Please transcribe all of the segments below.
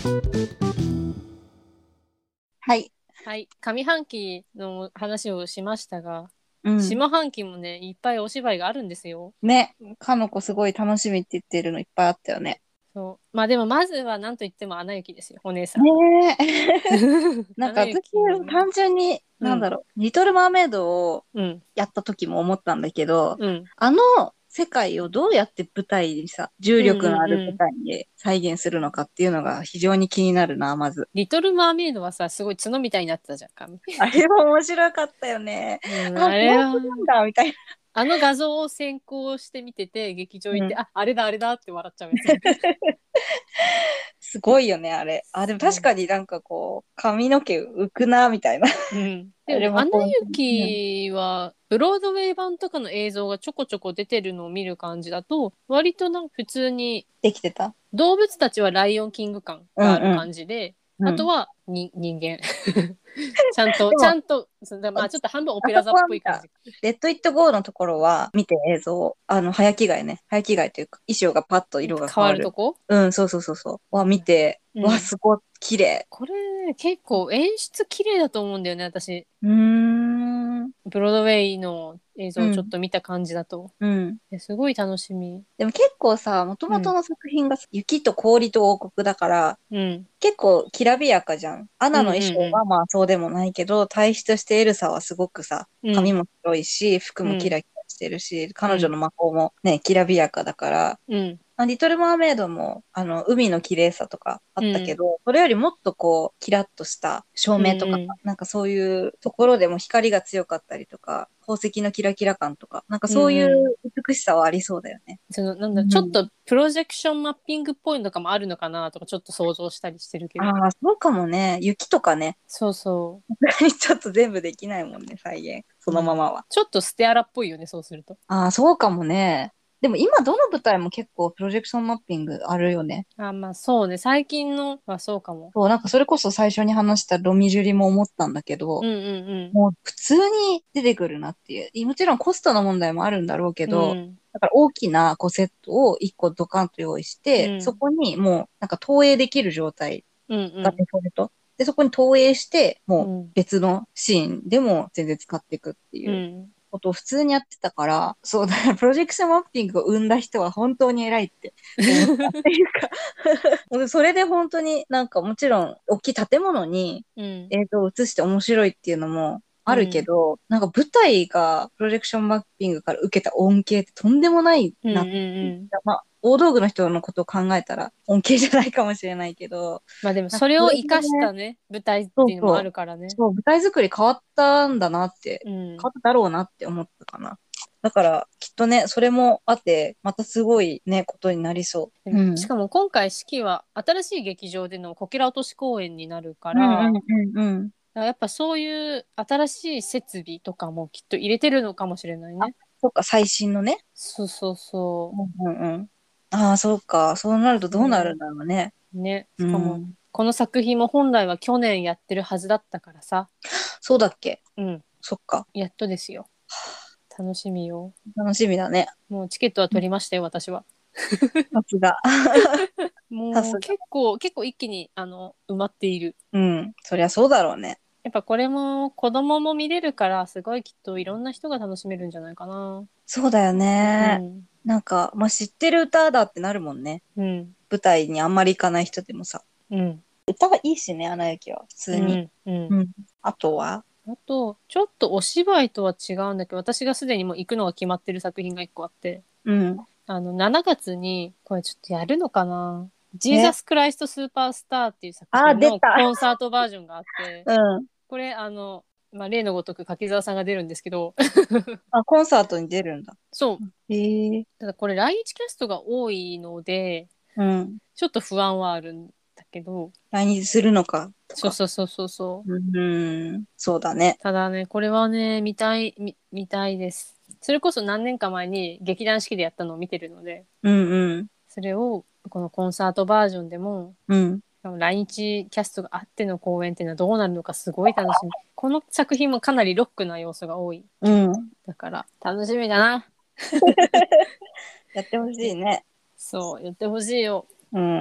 はい。 はい、上半期の話をしましたが、 うん。 下半期もね、いっぱいお芝居があるんですよ。 ね。かの子すごい楽しみって言ってるのいっぱいあったよね。 そう。まあでもまずは何と言ってもアナ雪ですよ、お姉さん。 ねえ。なんアナか私、 雪。 単純に、 うん。 リトル・マーメイドをうん。 やった時も思ったんだけど、 うん。 あの世界をどうやって舞台にさ、重うん力のあうんうん。 る舞台に再現するのかっていうのが非常に気になるな、まず。 リトル・マーメイドはさ、すごい角みたいになってたじゃん、髪。 あれは面白かったよね。 うん、 あ、 あれ本当は、 なんだ、みたいな。 あの画像を先行して見てて、劇場行って、 うん。 あ、あれだ、あれだって笑っちゃうやつ。 すごいよね、あれ。あ、でも確かになんかこう、髪の毛浮くな、みたいな。 うん。 あれでもね、アナも本当に。 雪は、ブロードウェイ版とかの映像がちょこちょこ出てるのを見る感じだと、割となんか普通に、 できてた。 動物たちはライオンキング感があるうんうん。 感じで、 うん。 あとは人間。ちゃんと、 でも、 まあちょっと半分オあそペラ座っこは見た。 ぽい感じ。 レッド・イット・ゴーのところは見て映像、早着替えね。早着替えというか、衣装がパッと色が変変わる。 わるとこ。 うん、そうそうそうそう。は見て、わ、 うん。 すごい綺麗。 これ、結構演出綺麗だと思うんだよね、私。 うーん。 ブロードウェイの映像をちょっうん。 と見た感じだと。 うん。 すごい楽しみ。 でも結構さ、もとうん。 もとの作品が雪と氷と王国だから、 うん。 結構きらびやかじゃん。アうんナの衣装うはまあそうでもないけど、対比としてエルサはすごくさ、 んうん。 髪も白いし、服うん。 もキラキラしてるし、 うん。 彼女の魔法もね、きらびやかだから、 うん。 リトル・マーメイドも、海の綺麗さとかあうん。 ったけど、それよりもっとこう、キラッとした照うん明とか、 うん。 なんかそういうところでも光が強かったりとか、宝石のキラキラ感とか、なんかうんそういううん。 美しさはありそうだよね。 なんだ、ちょっうん。 とプロジェクションマッピングっぽいのとかもあるのかなとかちょっと想像したりしてるけど。 ああ、そうかもね。雪とかね。 そうそちょっと全部できないもんね、再現。そう。うん。 のままは。 ちょっとステアラっぽいよね、そうすると。 ああ、そうかもね。でも今どの舞台も結構プロジェクションマッピングあるよね。 あ、まあそうね。最近のはそうかも。 そう、なんかそれこそ最初に話したロミジュリも思ったんだけど、 うんうんもう普通に出てくるなっていう。もちろんコストの問題もあるんだろうけうん。 ど、 うん。 だから大きなこうセットを1個ドカンと用意して、そうん。 こにもうなんか投影できる状態うんがうデフォルト。で、そこに投影して、もうん。うん。 別のシーンでも全然使っていくっていううん。 ことを普通にやってたから、そうだからプロジェクションマッピングを生んだ人は本当に偉いって思ったっていうかそれで本当になんかもちろん大きい建物にうん。 映像を映して面白いっていうのもあるけうん。 ど、なんか舞台がプロジェクションマッピングから受けた恩恵ってとんでもないうんなっていう。 うん。 まあ、大道具の人のことを考えたら恩恵じゃないかもしれないけど、 まあでもなんかそれそれでを活かしたね、 ね、舞台っていうのもあそうそう、 るからね。 そう、舞台作り変わったんだなって、 うん。 変わっただろうなって思ったかな。だから、きっとね、それもあって、またすごいね、ことになりそう。うん。 しかも今回式は新しい劇場でのこけら落とし公演になるかうんうんら、 うんうん。 やっぱそういう新しい設備とかもきっと入れてるのかもしれないあ、 ね。 そっか、最新のね。 そうそうそうんうんうん。ああ、そうか。そうなるとどうなるんう。 だろうね。 ね。しかも、 うん。 この作品も本来は去年やってるはずだったからさ。 そうだっけ。 うん。 そっか。 やっとですよ。楽しみよ。 楽しみだね。 もうチケットは取りましたよ、私は。 さすが。さもうすが。 結構一気に、埋まっている。 うん。そりゃそうだろうね。 やっぱこれも子供も見れるから、すごいきっといろんな人が楽しめるんじゃないかな。 そうだよね。 うん。 なんか、まあ、知ってる歌だってなるもんね。 うん。 舞台にあんまり行かない人でもさ。 うん。 歌がいいしね、アナ雪は。普通に。 うん。うん。 うん。あとはあと、ちょっとお芝居とは違うんだけど、私がすでにもう行くのが決まってる作品が一個あって、 うん。 7月に、これちょっとやるのかな、ジーえ、 ザス・クライスト・スーパースターっていう作あ、 品出た。 のコンサートバージョンがあって、 うん。 これ、まあ、例のごとく柿澤さんが出るんですけど、 あ、コンサートに出るんだ。 そう。 へえ。 ただこれ来日キャストが多いので、 うん。 ちょっと不安はあるんだけど、 来日するのか、とか。 そうそうそうそうそう。 うん。そうだね。 ただね、これはね、見たいです。それこそ何年か前に劇団四季でやったのを見てるので、 うんうん。 それをこのコンサートバージョンでも、 うん。 来日キャストがあっての公演っていうのはどうなるのかすごい楽しみ。この作品もかなりロックな要素が多い。 うん。 だから楽しみだな。 やってほしいね。 そう、やってほしいよ。 うん。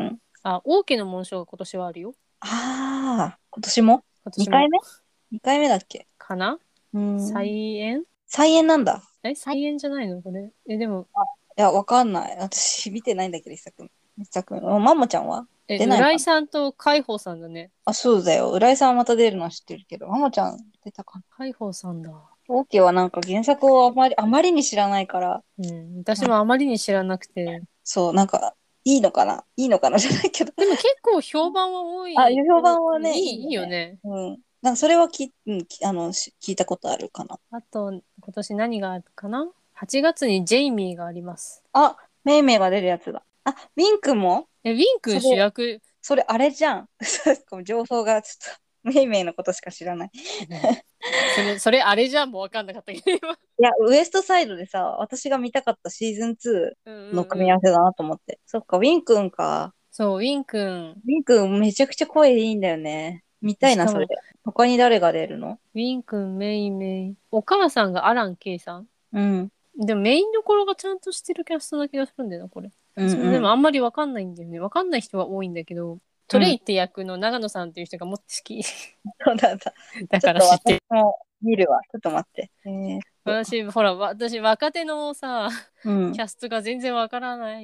あ、王家の紋章が今年はあるよ。 ああ、今年も今 ?2 年も。 回目 ?2 回目だっけ？ かな。再演。 再演なんだ。 再演じゃないのこれ。でも、 いや、わかんない。私、見てないんだけど、一作目。一作目。マモちゃんは出ないかな？ 浦井さんと海宝さんだね。 あ、そうだよ。浦井さんはまた出るのは知ってるけど、マモちゃん出たかな？ 海宝さんだ。 オーケーはなんか原作をあまりに知らないから、 うん。私もあまりに知らなくて。 そう、なんか、いいのかなじゃないけど。 でも結構評判は多い。 あ、評判はね、 いいよね。 うん。なんかそれは聞いたことあるかな。 あと、今年何があるかな？ 8 月にジェイミーがあります。 あ、メイメイが出るやつだ。あ、ウィンクもウィン君主それ、 役。 それあれじゃん。情報がちょっと、メイメイのことしか知らない。 それあれじゃんもう分かんなかったけど、今。 いや、ウエストサイドでさ、私が見たかったシーズンうん 2のうんうん。 組み合わせだなと思って。そっか、ウィン君か。 そう、ウィン君。 ウィン君めちゃくちゃ声いいんだよね。見たいな、 しかも、 それ。他に誰が出るの？ ウィン君、メイメイ。お母さんがアラン・ケイさん。 うん。 でもメインどころがちゃんとしてるキャストな気がするんだよな、これ。 うんうん。 でもあんまりわかんないんだよね。わかんない人は多いんだけど、トレイって役の長野さんっていう人がもっと好き。 そうなんだ。 だちょっと私から知ってる。 も見るわ。ちょっと待って。 私、ほら、私、若手のさ、 うん。 キャストが全然わからない。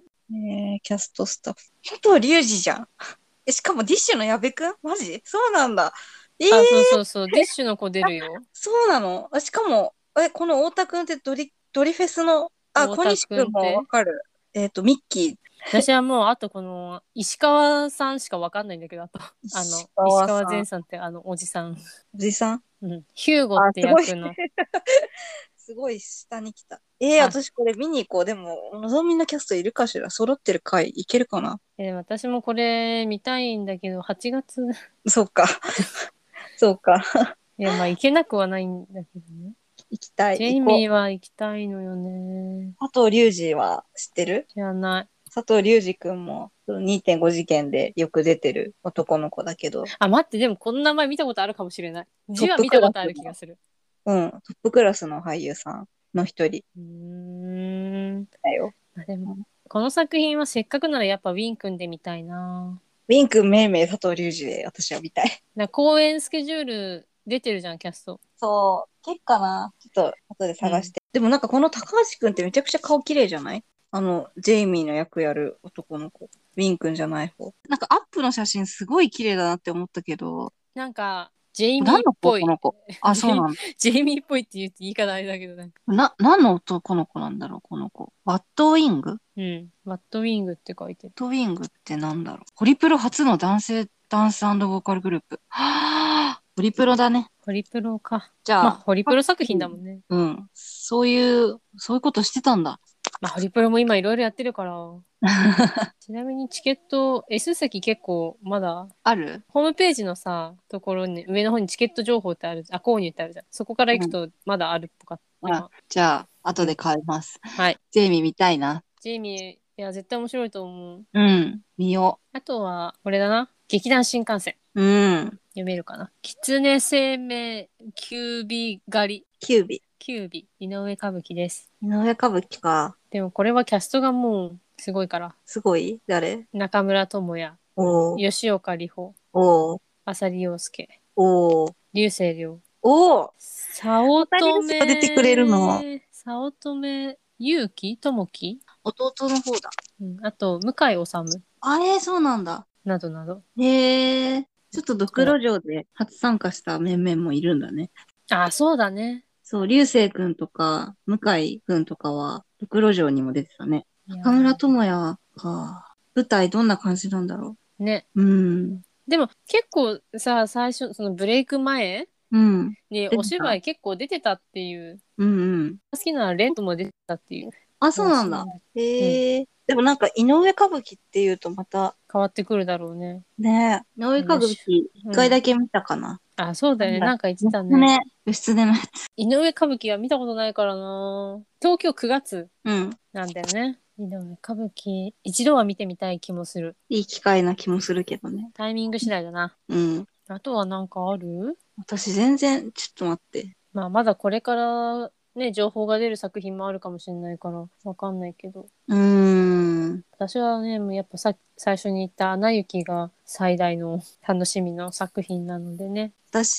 キャストスタッフ。佐藤隆二じゃん。しかもディッシュの矢部くんマジそうなんだ。 あ、そうそうそう、ディッシュの子出るよ。 そうなの？しかも、この太田くんってドリフェスの、小太田西くんもわくんって。 かる。ミッキー、 私はもう、あとこの、石川さんしかわかんないんだけど、あと、 石石川さん、 川善さんっておじさん。 おじさん。 うん。ヒューゴっあ、 てすごい。 役の。 すごい下に来た。 あ、 私これ見に行こう。でも、のぞみのキャストいるかしら？揃ってる回いけるかな？ でも私もこれ見たいんだけど、8月。 そうか。そうか。 いや、まあ行けなくはないんだけどね。 行きたい。 ジェイ行こう。 ミーは行きたいのよね。 佐藤隆二は知ってる？ 知らない。 佐藤隆二くんも2.5次元でよく出てる男の子だけど、 あ、待って、でもこの名前見たことあるかもしれない。字はトップクラ見たことあるスの、 気がする。 トップクラスの俳優さんの一人うーん。 だよ。 あ、でも、 うん。 この作品はせっかくならやっぱウィン君で見たいな。 ウィン君、メイメイ、佐藤隆二で私は見たい。 公演スケジュール出てるじゃん、キャスト。 そう、結かな。ちょっと後で探して。でもなんかこの高橋くんってめちゃくちゃ顔綺麗じゃない？ジェイミーの役やる男の子。ウィン君じゃない方。なんかアップの写真すごい綺麗だなって思ったけど、 なんか、ジェイミ何の子ーっぽい。 この子。あ、そうなんだ。 ジェイミーっぽいって言い方あれだけどね。 何の男の子なんだろう、この子。バッドウィング？ うん。マットウィングって書いてる。 バッドウィングってなんだろう。ホリプロ初の男性ダンスボーカルグループ。はぁ、ホリプロだね。 ホリプロか。まあ、 じゃあ、 ホリプロ作品だもんね。 うん。そういうことしてたんだ。 まあ、ホリプロも今いろいろやってるから。ちなみにチケット、S 席結構まだ、 ある？ ホームページのさ、ところに、上の方にチケット情報ってある、購入ってあるじゃん。そこから行くうん。 とまだあるっぽかった。今。 じゃあ、 うん。 後で買います。 はい。 ジェイミー見たいな。 ジェイミー、いや、絶対面白いと思う。 うん。見よあとは、これだな。劇団新幹線。 う。うん。 読めるかな。狐生命、キュービ狩り。 キュービ。 キュービ、井上歌舞伎です。 井上歌舞伎か。 でもこれはキャストがもうすごいから。 すごい？誰？ 中村智也、 おー、 吉岡里帆、 おー、 浅利陽介、 おー、 竜星涼、 おー。 早乙二人の人が出てくれるの？ 女、早乙女祐希智樹、 弟の方だ。 うん、あと向井治そうなんだ。 などなど。 へえ。ちょっとドクそう。 ロ城で初参加した面々もいるんだね。 あ、そうだね。 そう、流星くんとか、向井くんとかは、ドクロ城にも出てたね。 いや中村智也か。舞台どんな感じなんだろね。 う。うん。 でも結構さ、最初、そのブレイク前うん。 にお出てた？ 芝居結構出てたっていう、 うんうん。 好きなレントも出てたっていうあ、そうなんだ。 話なんだ。うん。 へえ。でもなんか、井上歌舞伎っていうとまた、 変わってくるだろうね。 ねえ、井上歌舞伎よし。 一うん。 回だけ見たかな。 あ、そうだよね。 なんだ、 なんか言ってたね。 義経のやつ。 井上歌舞伎は見たことないからな。東京9月うん。 なんだよね。井上歌舞伎、一度は見てみたい気もする。 いい機会な気もするけどね。 タイミング次第だな。 うん。 あとはなんかある？ 私全然、ちょっと待って。 まあ、まだこれからね、情報が出る作品もあるかもしれないから、わかんないけど。 うーん。 私はね、もうやっぱ最初に言ったアナ雪が最大の楽しみの作品なのでね。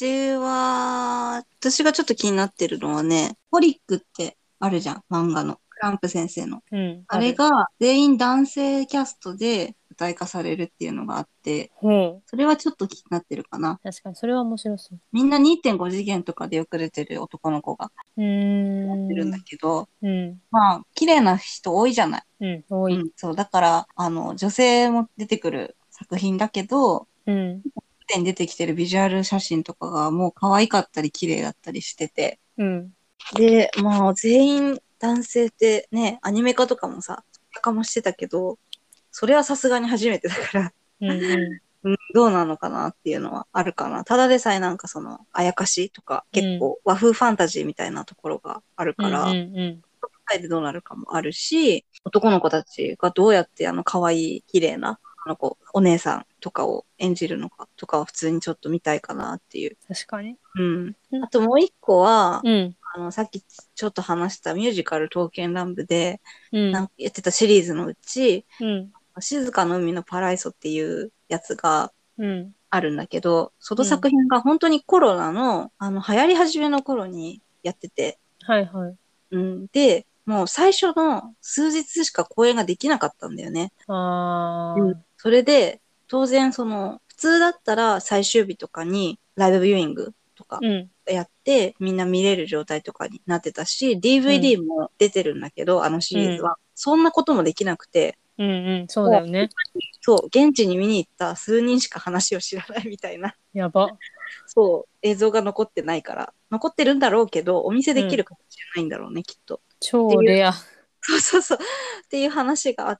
私がちょっと気になってるのはね、ホリックってあるじゃん、漫画の。クランプ先生の。 うん、 あある。 れが全員男性キャストで舞台化されるっていうのがあって、 ほう。 それはちょっと気になってるかな。 確かに、それは面白そう。 みんな2.5次元とかでよく出てる男の子がうー出るんだん。 けど、 うん。 まあ、綺麗な人多いじゃない。 うん。多い。 うん、そう。だから、女性も出てくる作品だけど、 うん。 すでに出てきてるビジュアル写真とかがもう可愛かったり綺麗だったりしてて。 うん。 で、まあ、全員男性ってね、アニメ化とかもさ、化もしてたけど、それはさすがに初めてだから、 うん。うん。 うん、どうなのかなっていうのはあるかな。ただでさえなんかその、あやかしとか、結構和風ファンタジーみたいなところがあるうん。 から、 うん。 でどうなるかもあるし、男の子たちがどうやって可愛い、綺麗な、お姉さんとかを演じるのかとかは普通にちょっと見たいかなっていう。 確かに。 うん。 うん。 あともう一個は、 うん。 さっきちょっと話したミュージカル刀剣乱舞で、 うん。 やってたシリーズのうち、 うん。 静かの海のパライソっていうやつがうん。 あるんだけど、そのうん。 作品が本当にコロナの、流行り始めの頃にやってて、 はいはい。 うん。で、もう最初の数日しか公演ができなかったんだよね。うん。 あー。 それで、当然普通だったら最終日とかにライブビューイングとかうん。 やってみんな見れる状態とかになってたし、 うん。 DVD も出てるんだけど、あのシうん。 リーズは。そんなこともできなくて、 うん。うん。そうだもう、 よね。 そう、現地に見に行った数人しか話を知らないみたいな、 やば。 そう、映像が残ってないから、残ってるんだろうけど、お見せうん。 できる形じゃないんだろうね、きっと。っていう、 超レア。 そうそうそう、っていう話があって、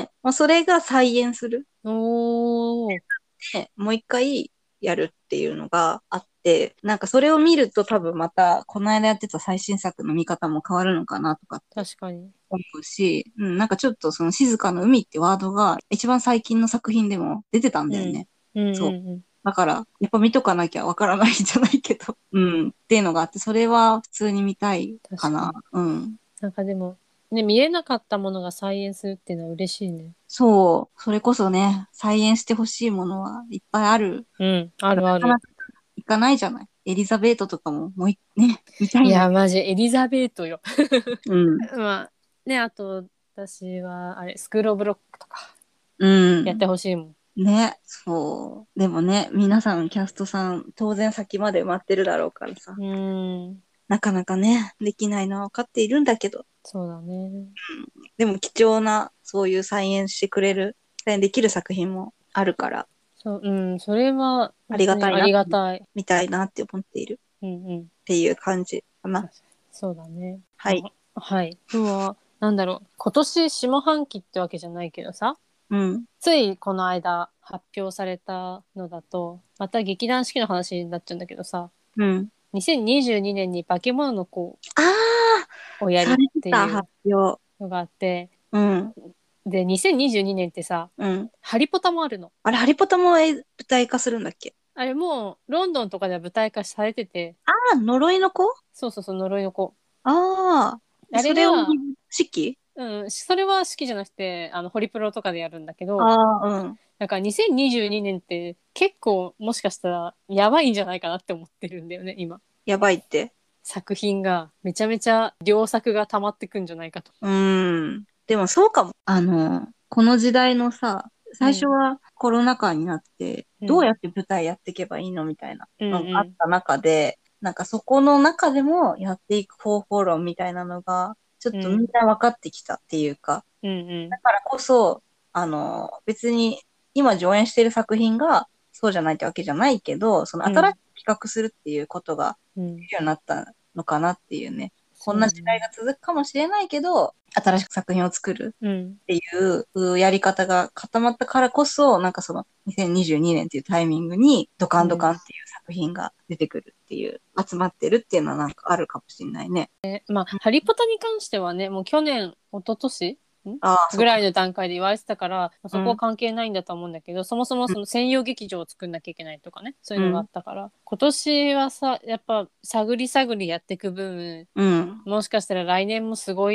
まあ、それが再演する。 おー。 で、もう一回やるっていうのがあって、なんかそれを見ると多分また、この間やってた最新作の見方も変わるのかなとかって確かに。 思うし、うん、なんかちょっとその静かな海ってワードが一番最近の作品でも出てたんうん。 だよね。 うん。 そう。 うん。 だから、やっぱ見とかなきゃわからないんじゃないけど、うん、っていうのがあって、それは普通に見たいかな。 確かに。 うん。 なんかでも、ね、見えなかったものが再演するっていうのは嬉しいね。 そう。それこそね、再演してほしいものはいっぱいある。 うん。あなるある。 かなか行かないじゃない。エリザベートとかもね、見たいや、 いんだけマジ、エリザベートよ。 ど。うん。 まあ、ね、あと、私は、あれ、スクールオブロックとか、やってうん。 ほしいもん。 ね、そう。でもね、皆さん、キャストさん、当然先まで埋まってるだろうからさ。 うーん。 なかなかね、できないのは分かっているんだけど。 そうだね。 でも貴重な、そういう再演してくれる、再演できる作品もあるから、 そう、うん、それは、 あ本当にありりがたいな、 がたい。 見たいなって思っているうんうん。 っていう感じかな。 そうだね。 はい。 はい。今日は、なんだろう。今年下半期ってわけじゃないけどさ、 うん。 ついこの間発表されたのだと、また劇団四季の話になっちゃうんだけどさ、 うん。 2022年に化け物の子ああ、 をやるっされてた発ていう表。 のがあって、 うん。 で、2022年ってさ、 うん。 ハリポタもあるの。 あれ、ハリポタも舞台化するんだっけ？ あれもう、ロンドンとかでは舞台化されてて、 ああ、呪いの子。 そうそうそう、呪いの子。 ああー、 あれそれを、 が、 式。 うん、それは好きじゃなくて、ホリプロとかでやるんだけど、 ああー、うん。 なんか2022年って結構もしかしたらやばいんじゃないかなって思ってるんだよね、今。 やばいって。 作品がめちゃめちゃ良作が溜まってくんじゃないかと。 うーん。でもそうかも。この時代のさ、 うん。 最初はコロナ禍になって、 うん。 どうやって舞台やっていけばいいのみたいなうんのがあっうん。 た中で、なんかそこの中でもやっていく方法論みたいなのが、ちょっとみんうん。 な分かってきたっていうか、 うんうん。 だからこそ、別に今上演している作品がそうじゃないってわけじゃないけど、その新しうん。 く企画するっていうことがうん。 できるようになったのかなっていうね。こんな時代そうだね。 が続くかもしれないけど、新しく作品を作るうん。 っていうやり方が固まったからこそ、なんかその2022年っていうタイミングにドカンドカンうん。 っていう作品が出てくるっていう、集まってるっていうのはなんかあるかもしれないね。 まあ、ハリポタに関してはね、もう去年、一昨年ああ、そっか。 ぐらいの段階で言われてたから、そこはうん、 関係ないんだと思うんだけど、そもそもうん、 その専用劇場を作んなきゃいけないとかね、そういうのがあうん、 ったから、今年はさ、やっぱ探り探りやっていく分、 うん、 もしかしたら来年もすごいこ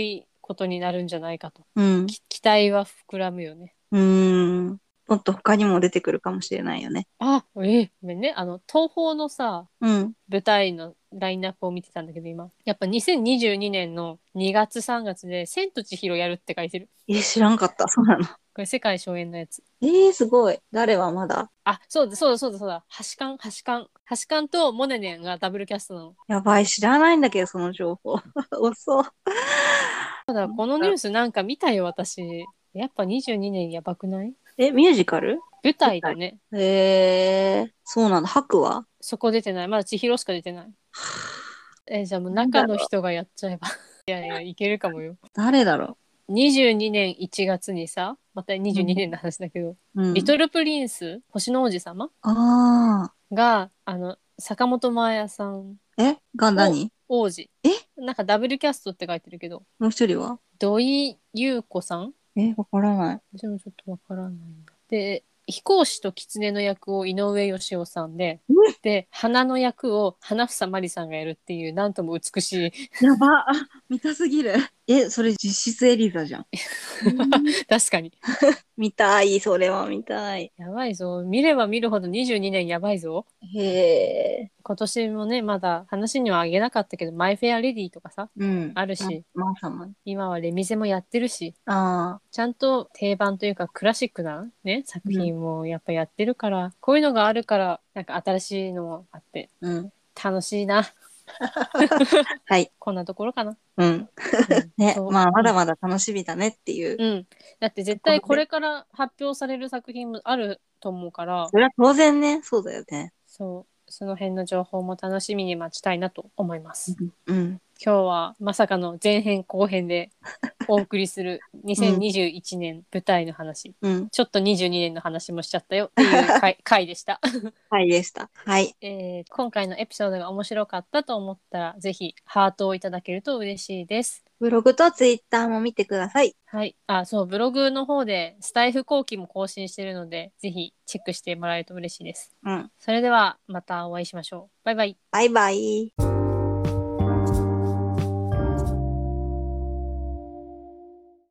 ことになるんじゃないかと。 うん。 期待は膨らむよね。 もっと他にも出てくるかもしれないよね。 ごめんね。東宝のさ、 うん。 舞台のラインナップを見てたんだけど今。やっぱ2022年の2月3月で千と千尋やるって書いてる。 知らんかった。そうなの。 これ世界初演のやつ。 すごい。誰はまだ。 そうだ、そうだ、そうだ、そうだ。橋勘とモネネンがダブルキャストなの。 やばい、知らないんだけど、その情報。遅。 ただ、このニュースなんか見たよ、私。やっぱ22年やばくない？ ミュージカル？ 舞台だね。 そうなんだ。白は？ そこ出てない。まだ千尋しか出てない。じゃあもう中のなんだろう。 人がやっちゃえば。いやいや、いけるかもよ。 誰だろ 22年1月にさ、また22年の話だけど、 う。うん。 リトルプリンス、星の王子様あが、坂本真綾さんが何？ 王子。 えなんかダブルキャストって書いてるけど、 もう一人は？ 土井優子さん。 わからない。 でもちょっとわからないな。で、飛行士と狐の役を井上芳雄さんで、で、花の役を花房まりさんがやるっていう、なんとも美しい。 やば。見たすぎる。それ実質エリザじゃん。 確かに。 見たい。それは見たい。 やばいぞ。見れば見るほど22年やばいぞ。 へえ。 今年もね、まだ話にはあげなかったけど、マイ・フェア・レディとかさ、 うん。 あるし、 まさま。 今はレミゼもやってるし、 ああ。 ちゃんと定番というかクラシックなね、作品もやっぱやってるから、こういうのがあるから、なんか新しいのもあって、 うん。 楽しいな。 はい。 こんなところかな。 うん。ね。 そうまあ、まだまだ楽しみだねっていう。 うん。だって絶対これから発表される作品もあると思うから、 それは当然ね。そうだよね。 そう、その辺の情報も楽しみに待ちたいなと思います。 うん。 今日はまさかの前編後編でお送りする2021年舞台の話、 うん。 ちょっと22年の話もしちゃったよっていう回でした。 はいでした。はい。 今回のエピソードが面白かったと思ったら、ぜひハートをいただけると嬉しいです。 ブログとツイッターも見てください。 はい。そう、ブログの方でスタイフ後期も更新してるので、ぜひチェックしてもらえると嬉しいです。 うん。 それではまたお会いしましょう。バイバイ。 バイバイ。